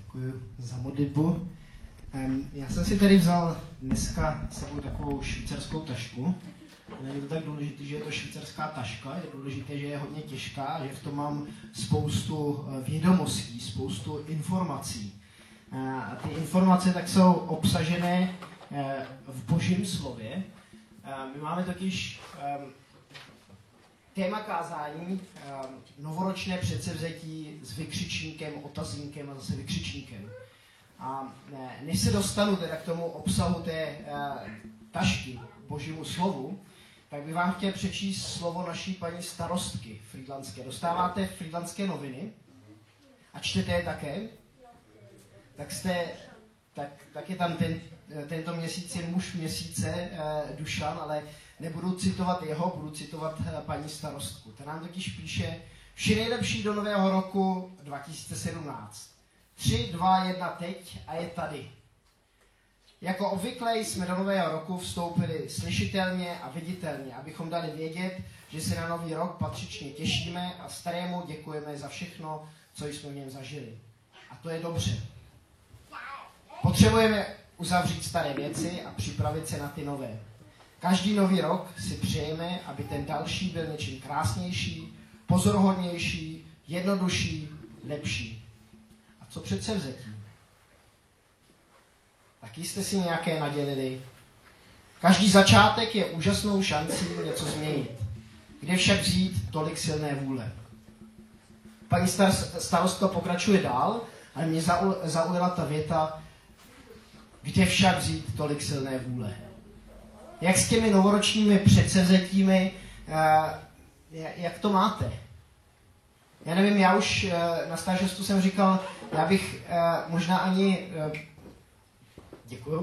Děkuji za modlitbu. Já jsem si tady vzal dneska s sebou takovou švýcarskou tašku. Není to tak důležité, že je to švýcarská taška, je důležité, že je hodně těžká, že v tom mám spoustu vědomostí, spoustu informací. A ty informace tak jsou obsažené v Božím slově. My máme totiž téma kázání novoročné předsevzetí s vykřičníkem, otazníkem a zase vykřičníkem. A než se dostanu teda k tomu obsahu té tašky, Božímu slovu, tak bych vám chtěl přečíst slovo naší paní starostky frýdlantské. Dostáváte frýdlantské noviny a čtete je také, tak je tam tento měsíc je muž měsíce, Dušan, ale nebudu citovat jeho, budu citovat paní starostku. Ta nám totiž píše: vše nejlepší do nového roku 2017. 3, 2, 1 teď a je tady. Jako obvykle jsme do nového roku vstoupili slyšitelně a viditelně, abychom dali vědět, že se na nový rok patřičně těšíme a starému děkujeme za všechno, co jsme v něm zažili. A to je dobře. Potřebujeme uzavřít staré věci a připravit se na ty nové. Každý nový rok si přejeme, aby ten další byl něčím krásnější, pozoruhodnější, jednodušší, lepší. A co předsevzetí? Taky jste si nějaké nadělili? Každý začátek je úžasnou šancí něco změnit. Kde však vzít tolik silné vůle? Paní starostka pokračuje dál, ale mě zaujala ta věta: kde však vzít tolik silné vůle? Jak s těmi novoročními předsevzetími, jak to máte? Já nevím, já už na stážostu jsem říkal, já bych možná ani, děkuju,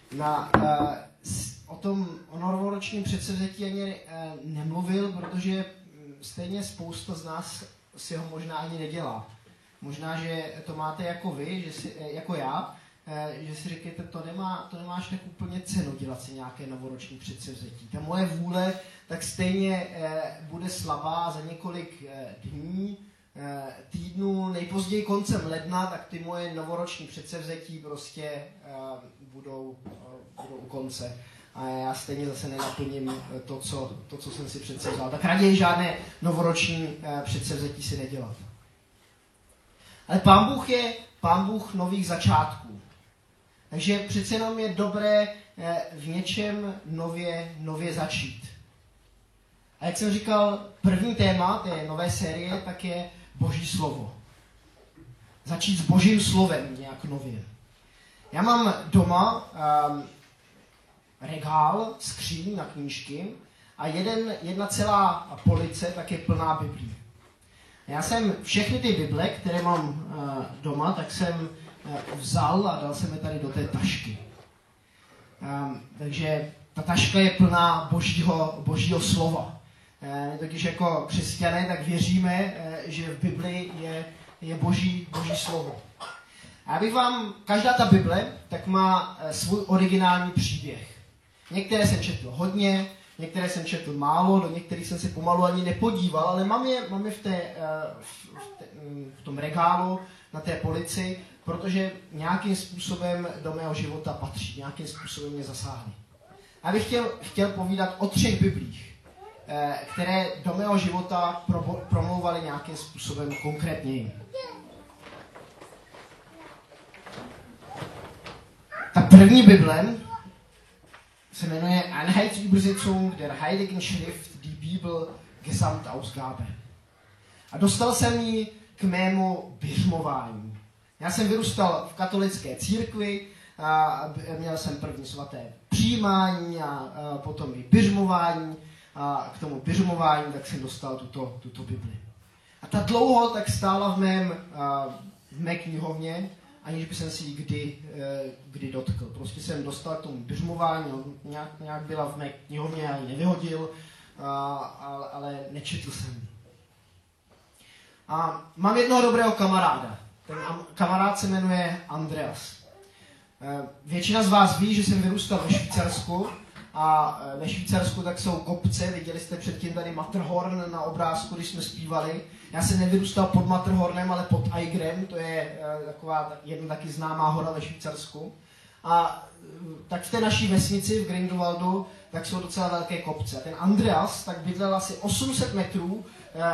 o novoročním předsevzetí ani nemluvil, protože stejně spousta z nás si ho možná ani nedělá. Možná, že to máte jako vy, jako já, že si říkáte, to nemáš tak úplně cenu dělat si nějaké novoroční předsevzetí. Ta moje vůle tak stejně bude slabá za několik dní, týdnů, nejpozději koncem ledna, tak ty moje novoroční předsevzetí prostě budou u konce. A já stejně zase nenaplním to, co jsem si předsevzal. Tak raději žádné novoroční předsevzetí si nedělat. Ale Pán Bůh je Pán Bůh nových začátků. Takže přece jenom je dobré v něčem nově začít. A jak jsem říkal, první téma té nové série tak je Boží slovo. Začít s Božím slovem nějak nově. Já mám doma regál, skříň na knížky a jedna celá police tak je plná Biblí. Já jsem všechny ty Bible, které mám doma, tak jsem vzal a dal jsem je tady do té tašky. Takže ta taška je plná božího slova. Totiž jako křesťané tak věříme, že v Bibli je boží slovo. A každá ta Bible tak má svůj originální příběh. Některé jsem četl hodně, některé jsem četl málo, do některých jsem se pomalu ani nepodíval, ale mám je v tom regálu na té polici, protože nějakým způsobem do mého života patří, nějakým způsobem mě zasáhly. Já bych chtěl povídat o 3 Biblích, které do mého života promlouvaly nějakým způsobem konkrétněji. Ta první Bible se jmenuje Einheitsübersetzung der Heiligen Schrift, die Bibel, Gesamtausgabe. A dostal jsem ji k mému běžmování. Já jsem vyrůstal v katolické církvi, a měl jsem první svaté přijímání a potom i běžmování. A k tomu běžmování tak jsem dostal tuto Bibli. A ta dlouho tak stála v mé knihovně, aniž by jsem si ji kdy dotkl. Prostě jsem dostal k tomu běžmování, nějak byla v mé knihovně, já ji nevyhodil, ale nečetl jsem ji. A mám jednoho dobrého kamaráda. Ten kamarád se jmenuje Andreas. Většina z vás ví, že jsem vyrůstal ve Švýcarsku A ve Švýcarsku tak jsou kopce, viděli jste předtím tady Matterhorn na obrázku, když jsme zpívali. Já jsem nevyrůstal pod Matterhornem, ale pod Eigrem, to je taková jedna taky známá hora ve Švýcarsku. A tak v té naší vesnici v Grindelwaldu tak jsou docela velké kopce. Ten Andreas tak bydlel asi 800 metrů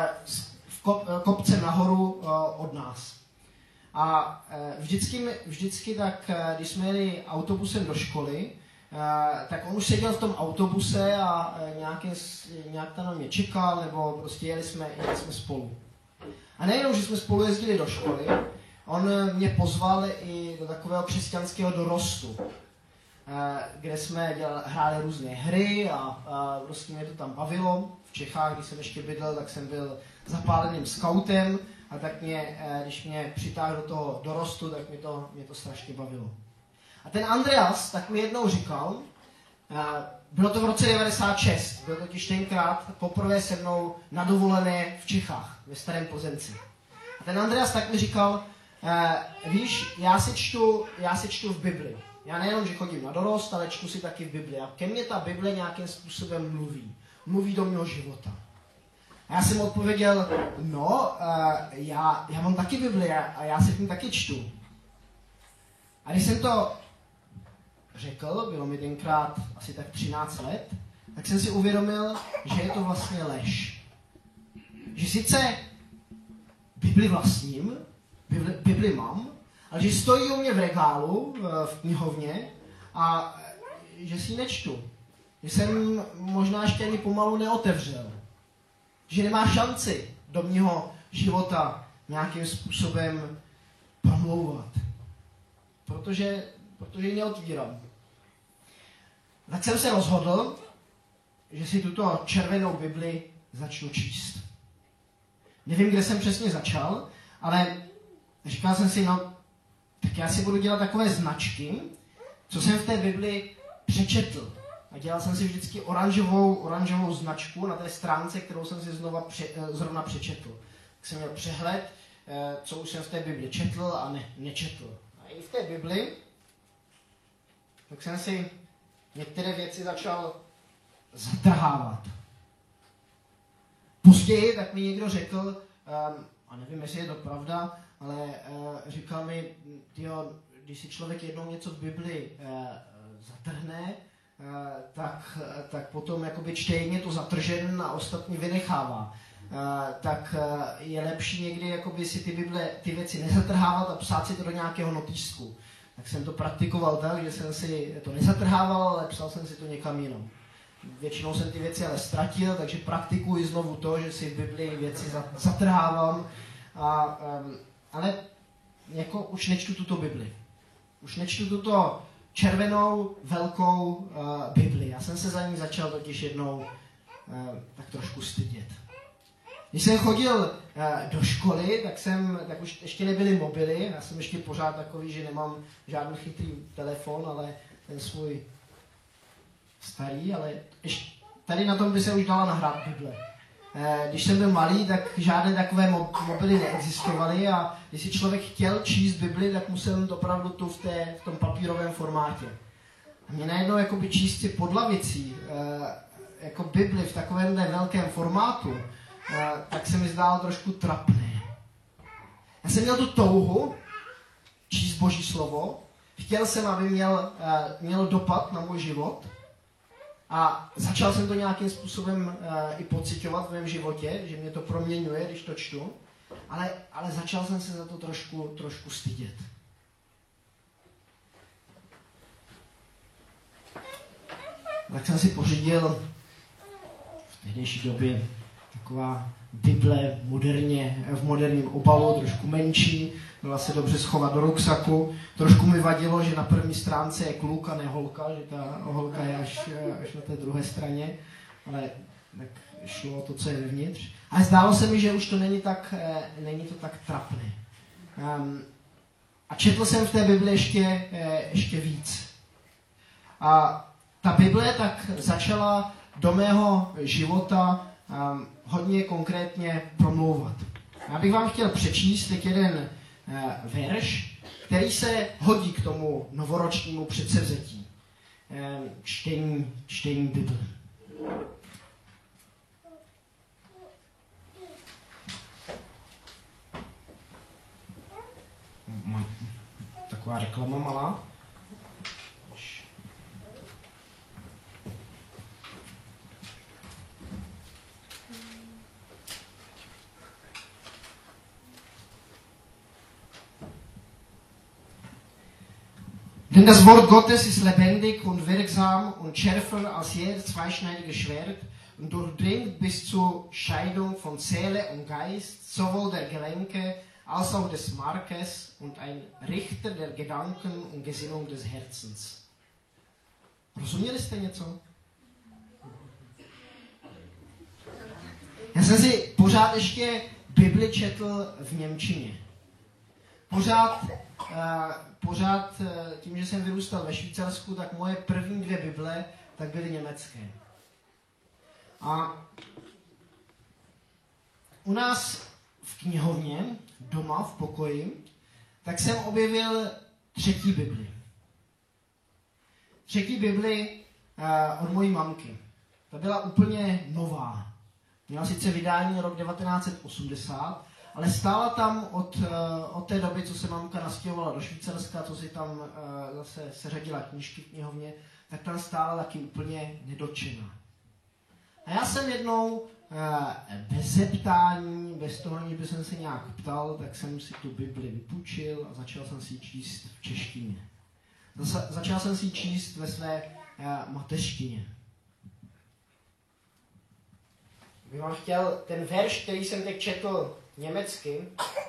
kopcem nahoru od nás. A vždycky tak, když jsme jeli autobusem do školy, tak on už seděl v tom autobuse a nějak tam na mě čekal, nebo prostě jeli jsme spolu. A nejenom, že jsme spolu jezdili do školy, on mě pozval i do takového křesťanského dorostu, kde jsme hráli různé hry a prostě mě to tam bavilo. V Čechách, když jsem ještě bydlel, tak jsem byl zapáleným skautem a tak když mě přitáhl do toho dorostu, tak mě to strašně bavilo. A ten Andreas tak mi jednou říkal, bylo to v roce 96, byl totiž tenkrát poprvé se mnou na dovolené v Čechách, ve Starém Plzenci. A ten Andreas tak mi říkal, víš, já si čtu v Bibli. Já nejenom, že chodím na dorost, ale čtu si taky v Bibli. A ke mně ta Bible nějakým způsobem mluví. Mluví do mého života. A já jsem mu odpověděl, já mám taky Bibli a já si tím taky čtu. A když jsem to řekl, bylo mi tenkrát asi tak 13 let, tak jsem si uvědomil, že je to vlastně lež. Že sice Bibli vlastním, Bibli mám, ale že stojí u mě v regálu, v knihovně a že si ji nečtu. Že jsem možná ještě ani pomalu neotevřel. Že nemá šanci do mého života nějakým způsobem promlouvat. Protože ji neotvírám. Tak jsem se rozhodl, že si tuto červenou Bibli začnu číst. Nevím, kde jsem přesně začal, ale říkal jsem si, tak já si budu dělat takové značky, co jsem v té Bibli přečetl. A dělal jsem si vždycky oranžovou značku na té stránce, kterou jsem si zrovna přečetl. Tak jsem měl přehled, co už jsem v té Bibli četl a nečetl. A i v té Bibli tak jsem si některé věci začal zatrhávat. Později tak mi někdo řekl, a nevím, jestli je to pravda, ale říkal mi, když si člověk jednou něco v Bibli zatrhne, tak potom jakoby čtejně to zatržen a ostatní vynechává. Tak je lepší někdy jakoby si ty věci nezatrhávat a psát si to do nějakého notýsku. Tak jsem to praktikoval tak, že jsem si to nezatrhával, ale psal jsem si to někam jinam. Většinou jsem ty věci ale ztratil, takže praktikuji znovu to, že si v Bibli věci zatrhávám. Ale jako už nečtu tuto Bibli. Už nečtu tuto červenou, velkou Bibli. Já jsem se za ní začal totiž jednou tak trošku stydět. Když jsem chodil do školy, tak už ještě nebyly mobily. Já jsem ještě pořád takový, že nemám žádný chytrý telefon, ale ten svůj starý, ale tady na tom by se už dala nahrát Bible. Když jsem byl malý, tak žádné takové mobily neexistovaly a když si člověk chtěl číst Bibli, tak musel mít opravdu tu v tom papírovém formátě. A mě najednou jakoby číst si pod lavicí, jako Bibli v takovémhle velkém formátu, tak se mi zdálo trošku trapné. Já jsem měl tu touhu číst Boží slovo, chtěl jsem, aby měl dopad na můj život a začal jsem to nějakým způsobem i pociťovat v mém životě, že mě to proměňuje, když to čtu, ale začal jsem se za to trošku stydět. Tak jsem si pořídil v tehdejší době taková Bible v moderním obalu, trošku menší, byla se dobře schovat do ruksaku. Trošku mi vadilo, že na první stránce je kluk a ne holka, že ta holka je až na té druhé straně, ale tak šlo o to, co je vevnitř. Ale zdálo se mi, že už to není to tak trapné. A četl jsem v té Bibli ještě víc. A ta Bible tak začala do mého života hodně konkrétně promlouvat. Já bych vám chtěl přečíst teď jeden verš, který se hodí k tomu novoročnímu předsevzetí. čtení Bible. Taková reklama malá. Denn das Wort Gottes ist lebendig und wirksam und schärfer als jedes zweischneidige Schwert und durchdringt bis zur Scheidung von Seele und Geist, sowohl der Gelenke als auch des Markes und ein Richter der Gedanken und Gesinnung des Herzens. Rozuměli jste něco? Já jsem si pořád ještě Bibli četl v němčině. Pořád tím, že jsem vyrůstal ve Švýcarsku, tak moje první 2 Bible tak byly německé. A u nás v knihovně, doma v pokoji, tak jsem objevil 3. Bibli. 3. Bibli od mojí mamky. Ta byla úplně nová. Měla sice vydání rok 1980, ale stála tam od té doby, co se mamka nastěhovala do Švýcarska, co si tam zase seřadila knížky v knihovně, tak tam stála taky úplně nedotčená. A já jsem jednou bez zeptání, bez toho, aniž bych se nějak ptal, tak jsem si tu Bibli vypůjčil a začal jsem si ji číst v češtině. Začal jsem si ji číst ve své mateřštině. Bych vám chtěl ten verš, který jsem teď četl německy,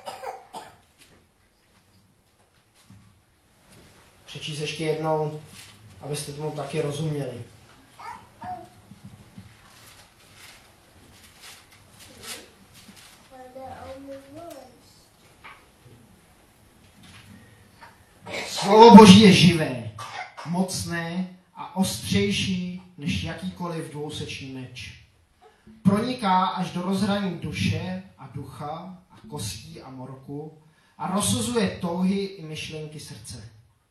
přečíst ještě jednou, abyste tomu taky rozuměli. Slovo Boží je živé, mocné a ostřejší než jakýkoliv dvousečný meč. Proniká až do rozhraní duše a ducha a kostí a morku a rozsuzuje touhy i myšlenky srdce.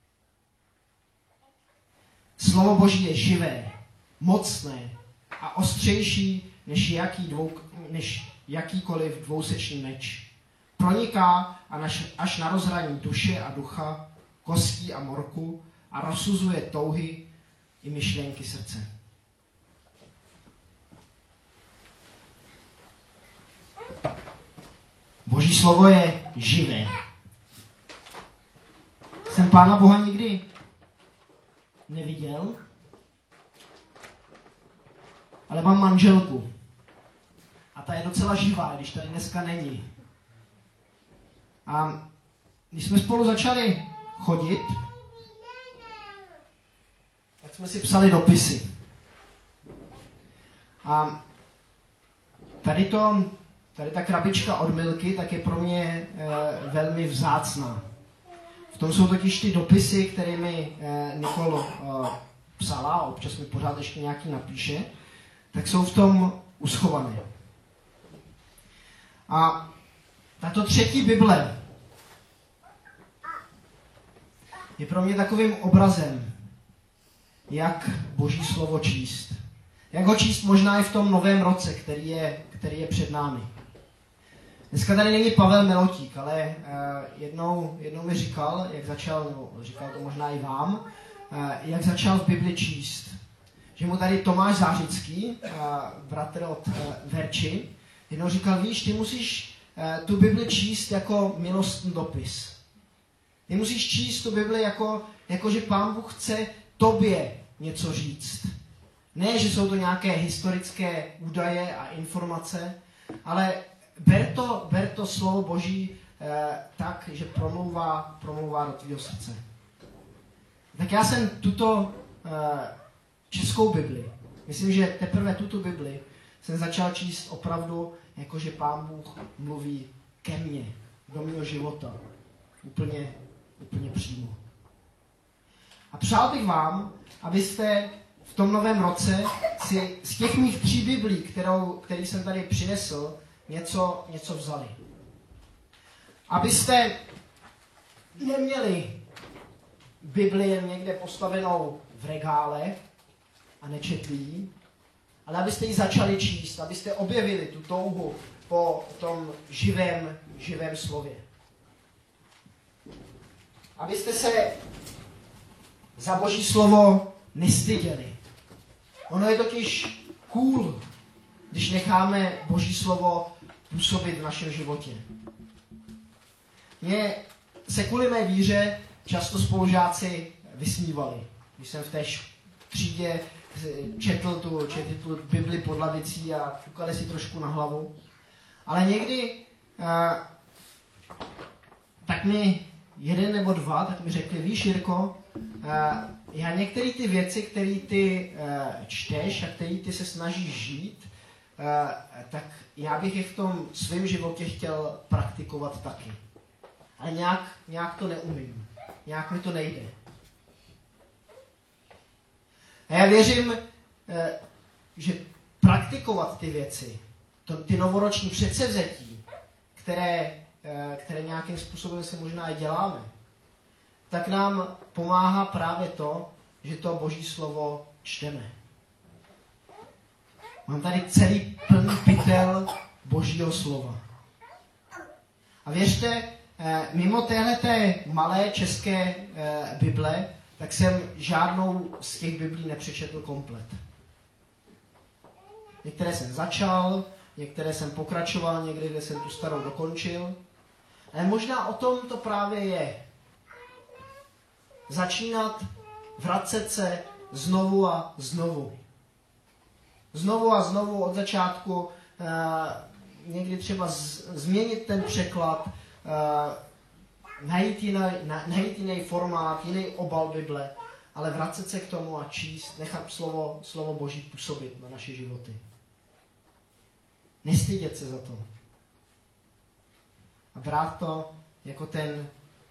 Slovo Boží je živé, mocné a ostřejší než jakýkoliv dvousečný meč. Proniká až na rozhraní duše a ducha, kostí a morku a rozsuzuje touhy i myšlenky srdce. Boží slovo je živé. Jsem Pána Boha nikdy neviděl, ale mám manželku. A ta je docela živá, když tady dneska není. A když jsme spolu začali chodit, tak jsme si psali dopisy. A tady ta krabička od Milky tak je pro mě velmi vzácná. V tom jsou totiž ty dopisy, které mi Nikol psala, občas mi pořád ještě nějaký napíše, tak jsou v tom uschované. A tato 3. Bible je pro mě takovým obrazem, jak Boží slovo číst. Jak ho číst možná i v tom novém roce, který je před námi. Dneska tady není Pavel Melotík, ale jednou mi říkal, jak začal, nebo říkal to možná i vám, jak začal v Bibli číst. Že mu tady Tomáš Zářický, bratr od Verči, jednou říkal, víš, ty musíš tu Bibli číst jako milostný dopis. Ty musíš číst tu Bibli jako že Pán Bůh chce tobě něco říct. Ne, že jsou to nějaké historické údaje a informace, ale ber to slovo Boží tak, že promlouvá do tvého srdce. Tak já jsem tuto českou Bibli, myslím, že teprve tuto Bibli jsem začal číst opravdu, jakože Pán Bůh mluví ke mně, do mého života. Úplně přímo. A přál bych vám, abyste v tom novém roce si z těch mých 3 Biblí, který jsem tady přinesl, něco vzali. Abyste neměli Bibli jen někde postavenou v regále a nečetli ji, ale abyste ji začali číst, abyste objevili tu touhu po tom živém slově. Abyste se za Boží slovo nestyděli. Ono je totiž cool, když necháme Boží slovo působit v našem životě. Mně se kvůli mé víře často spolužáci vysmívali. Když jsem v té třídě četl tu Bibli pod lavicí a fukali si trošku na hlavu. Ale někdy tak mi jeden nebo dva tak mi řekli, víš, Jirko, já některé ty věci, které ty čteš a které ty se snažíš žít, tak já bych je v tom svém životě chtěl praktikovat taky. Ale nějak to neumím. Nějak mi to nejde. A já věřím, že praktikovat ty věci, ty novoroční předsevzetí, které nějakým způsobem se možná i děláme, tak nám pomáhá právě to, že to Boží slovo čteme. Mám tady celý plný pytel Božího slova. A věřte, mimo téhleté malé české Bible, tak jsem žádnou z těch Biblí nepřečetl komplet. Některé jsem začal, některé jsem pokračoval, někde jsem tu starou dokončil. Ale možná o tom to právě je. Začínat, vracet se znovu a znovu. Znovu a znovu od začátku, někdy třeba změnit ten překlad, najít jiný formát, jiný obal Bible, ale vracet se k tomu a číst, nechat slovo Boží působit na naše životy. Nestydět se za to. A brát to jako ten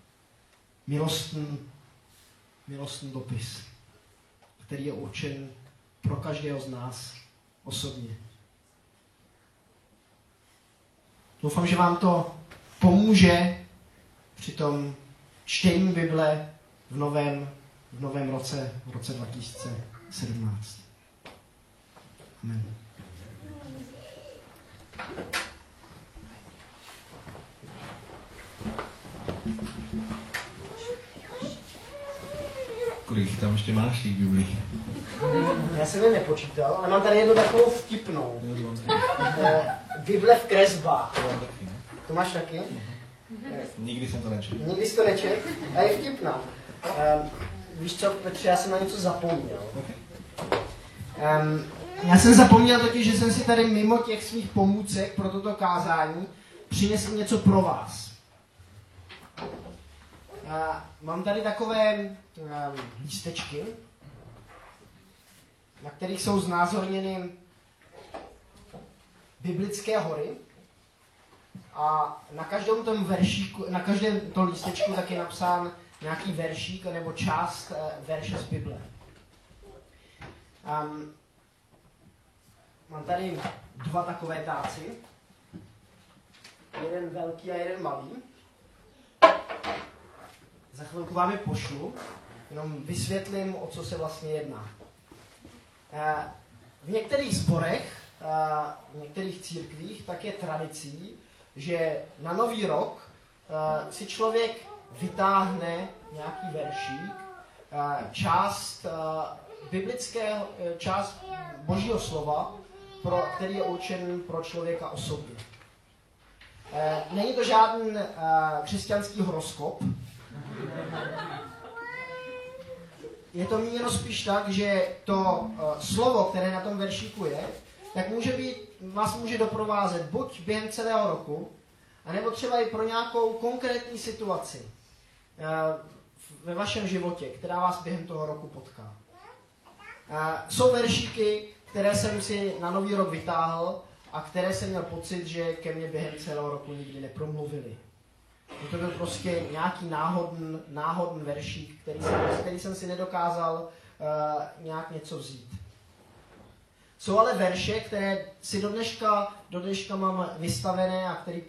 milostný dopis, který je určen pro každého z nás osobně. Doufám, že vám to pomůže při tom čtení Bible v novém roce, v roce 2017. Amen. Kolik tam ještě máš těch Biblí? Já jsem je nepočítal, ale mám tady jednu takovou vtipnou. Bible v kresbách. To máš taky? Nikdy jsem to nečetl. Nikdy jsi to nečetl? A je vtipná. Víš co, Petře, já jsem na něco zapomněl. Já jsem zapomněl totiž, že jsem si tady mimo těch svých pomůcek pro toto kázání přinesl něco pro vás. Mám tady takové lístečky, na kterých jsou znázorněny biblické hory. A na každém tom lístečku tak je napsán nějaký veršík nebo část verše z Bible. Mám tady dva takové táci. Jeden velký a jeden malý. Za chvilku vám je pošlu, jenom vysvětlím, o co se vlastně jedná. V některých sborech, v některých církvích, tak je tradicí, že na Nový rok si člověk vytáhne nějaký veršík, část Božího slova, který je určen pro člověka osobně. Není to žádný křesťanský horoskop. Je to míněno spíš tak, že to slovo, které na tom veršíku je, tak vás může doprovázet buď během celého roku, anebo třeba i pro nějakou konkrétní situaci ve vašem životě, která vás během toho roku potká. Jsou veršíky, které jsem si na Nový rok vytáhl a které jsem měl pocit, že ke mně během celého roku nikdy nepromluvili. To byl prostě nějaký náhodný veršík, který jsem si nedokázal nějak něco vzít. Jsou ale verše, které si do dneška mám vystavené a které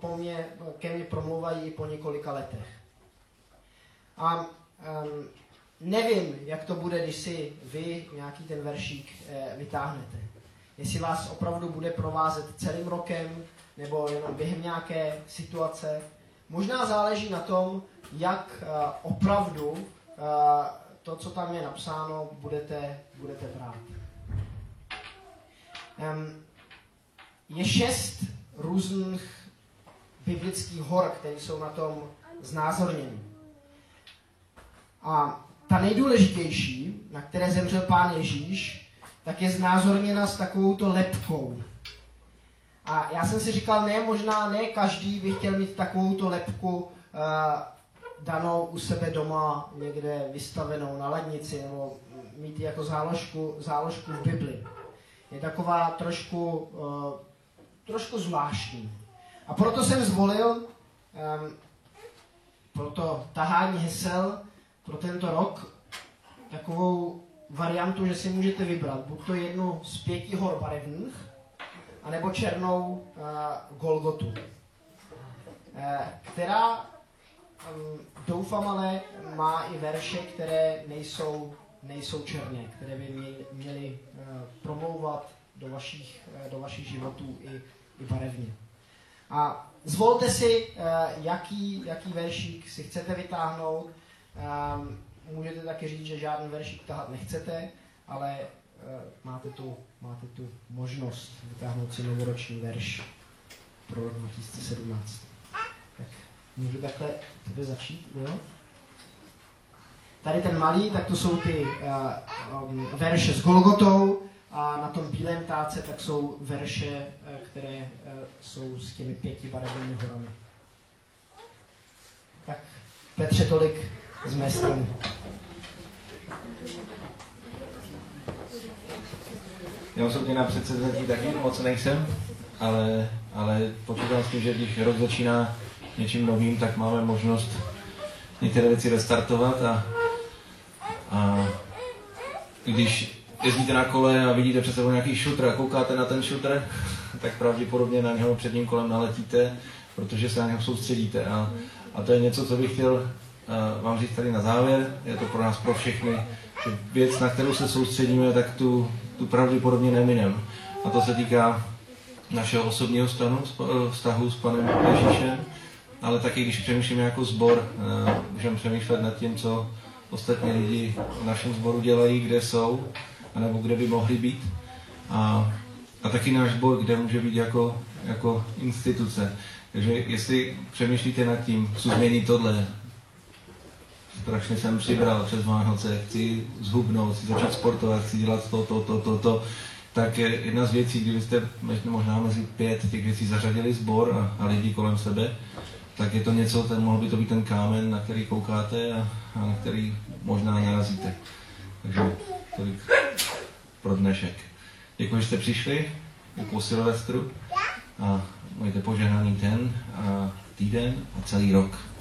ke mně promluvají i po několika letech. A nevím, jak to bude, když si vy nějaký ten veršík vytáhnete. Jestli vás opravdu bude provázet celým rokem, nebo jenom během nějaké situace. Možná záleží na tom, jak opravdu to, co tam je napsáno, budete brát. Je 6 různých biblických hor, které jsou na tom znázorněny. A ta nejdůležitější, na které zemřel Pán Ježíš, tak je znázorněna s takovouto lebkou. A já jsem si říkal, možná ne každý by chtěl mít takovouto lebku danou u sebe doma někde vystavenou na lednici, nebo mít jako záložku v Bibli. Je taková trošku zvláštní. A proto jsem zvolil pro to tahání hesel pro tento rok takovou variantu, že si můžete vybrat buď to jednu z 5 hor barevných, anebo černou Golgotu, která doufám ale má i verše, které nejsou černé, které by měly promlouvat do vašich životů i barevně. A zvolte si, jaký veršík si chcete vytáhnout. Můžete taky říct, že žádný veršík tahat nechcete, ale máte tu možnost vytáhnout si novoroční verš pro rok 2017. Tak můžu takhle tebe začít, jo? Tady ten malý, tak to jsou ty verše s Golgotou, a na tom bílém táce tak jsou verše, které jsou s těmi 5 barevnými horami. Tak Petře, tolik z mé strany. Já osobně na předsevzetí taky moc nejsem, ale počítám s tím, že když rok začíná něčím novým, tak máme možnost některé věci restartovat a když jezdíte na kole a vidíte před sebou nějaký šutr a koukáte na ten šutr, tak pravděpodobně na něho před tím kolem naletíte, protože se na něho soustředíte. A to je něco, co bych chtěl vám říct tady na závěr. Je to pro nás, pro všechny, že věc, na kterou se soustředíme, tak tu pravděpodobně neminem. A to se týká našeho osobního vztahu s Panem Ježíšem, ale taky, když přemýšlíme jako sbor, můžeme přemýšlet nad tím, co ostatní lidi v našem sboru dělají, kde jsou, anebo kde by mohli být. A taky náš sbor, kde může být jako instituce. Takže jestli přemýšlíte nad tím, chci změnit tohle, strašně jsem přibral přes Vánoce, chci zhubnout, chci začít sportovat, chci dělat to, tak jedna z věcí, kdybyste možná mezi 5 těch věcí zařadili sbor a lidi kolem sebe, tak je to něco, mohl by to být ten kámen, na který koukáte a na který možná narazíte. Takže tolik pro dnešek. Děkuji, že jste přišli po Silvestru a mějte požehnaný den a týden a celý rok.